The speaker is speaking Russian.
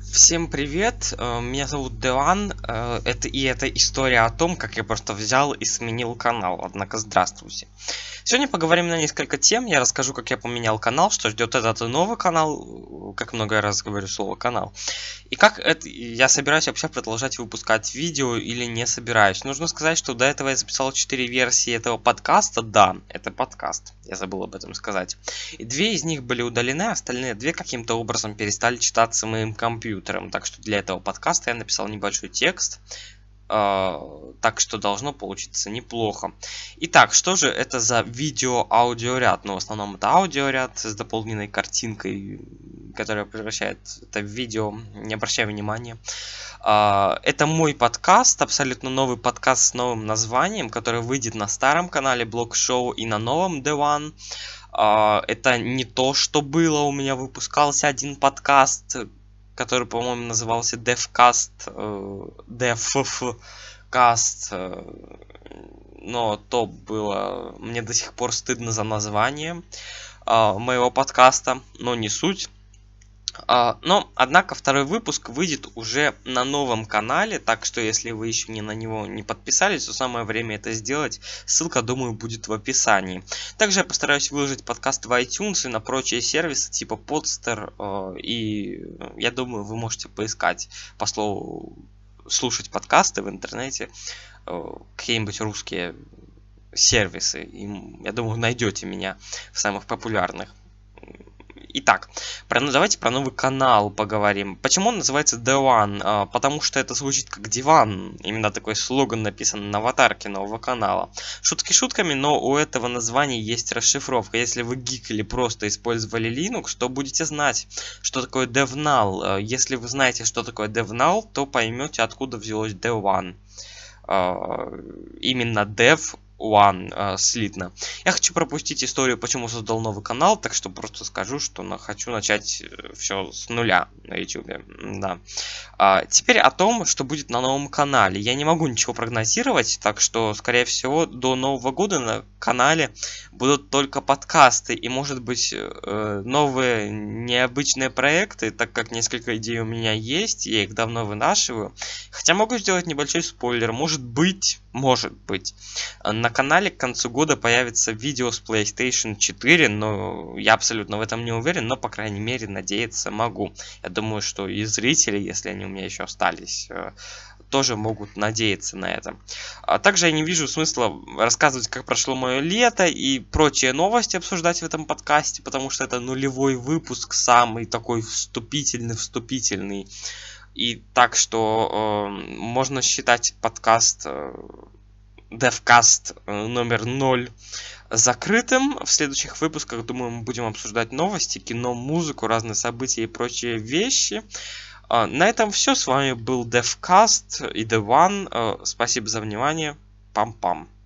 Всем привет, меня зовут Деван, это история о том, как я просто взял и сменил канал, однако здравствуйте. Сегодня поговорим на несколько тем, я расскажу, как я поменял канал, что ждет этот новый канал, как много раз говорю слово канал, и как я собираюсь вообще продолжать выпускать видео или не собираюсь. Нужно сказать, что до этого я записал 4 версии этого подкаста, да, это подкаст, я забыл об этом сказать. И 2 из них были удалены, остальные 2 каким-то образом перестали читаться моим компьютером. Так что для этого подкаста я написал небольшой текст. Так что должно получиться неплохо. Итак, что же это за видео-аудиоряд? Ну, в основном это аудиоряд с дополненной картинкой, которая превращает это в видео, не обращая внимания. Это мой подкаст, абсолютно новый подкаст с новым названием, который выйдет на старом канале Блог Шоу и на новом The One. Это не то, что было. У меня выпускался один подкаст, который, по-моему, назывался DevCast, DevCast, но то было... Мне до сих пор стыдно за название моего подкаста, но не суть. Но, однако, второй выпуск выйдет уже на новом канале, так что если вы еще на него не подписались, то самое время это сделать. Ссылка, думаю, будет в описании. Также я постараюсь выложить подкаст в iTunes и на прочие сервисы типа Podster, и я думаю, вы можете поискать по слову слушать подкасты в интернете, какие-нибудь русские сервисы, и, я думаю, найдете меня в самых популярных. Итак, давайте про новый канал поговорим. Почему он называется The One? Потому что это звучит как диван. Именно такой слоган написан на аватарке нового канала. Шутки шутками, но у этого названия есть расшифровка. Если вы гик или просто использовали Linux, то будете знать, что такое DevNull. Если вы знаете, что такое DevNull, то поймете, откуда взялось The One. Именно Dev One слитно. Я хочу пропустить историю, почему создал новый канал, так что просто скажу, что хочу начать все с нуля на YouTube. Да. Теперь о том, что будет на новом канале. Я не могу ничего прогнозировать, так что, скорее всего, до Нового года на канале будут только подкасты и, может быть, новые необычные проекты, так как несколько идей у меня есть, я их давно вынашиваю. Хотя могу сделать небольшой спойлер. Может быть, на канале к концу года появится видео с PlayStation 4, но я абсолютно в этом не уверен, но, по крайней мере, надеяться могу. Я думаю, что и зрители, если они у меня еще остались, тоже могут надеяться на это. Также я не вижу смысла рассказывать, как прошло мое лето и прочие новости обсуждать в этом подкасте, потому что это нулевой выпуск, самый такой вступительный. И так что можно считать подкаст DevCast номер 0 закрытым. В следующих выпусках, думаю, мы будем обсуждать новости, кино, музыку, разные события и прочие вещи. На этом все. С вами был DevCast и The One. Спасибо за внимание. Пам-пам.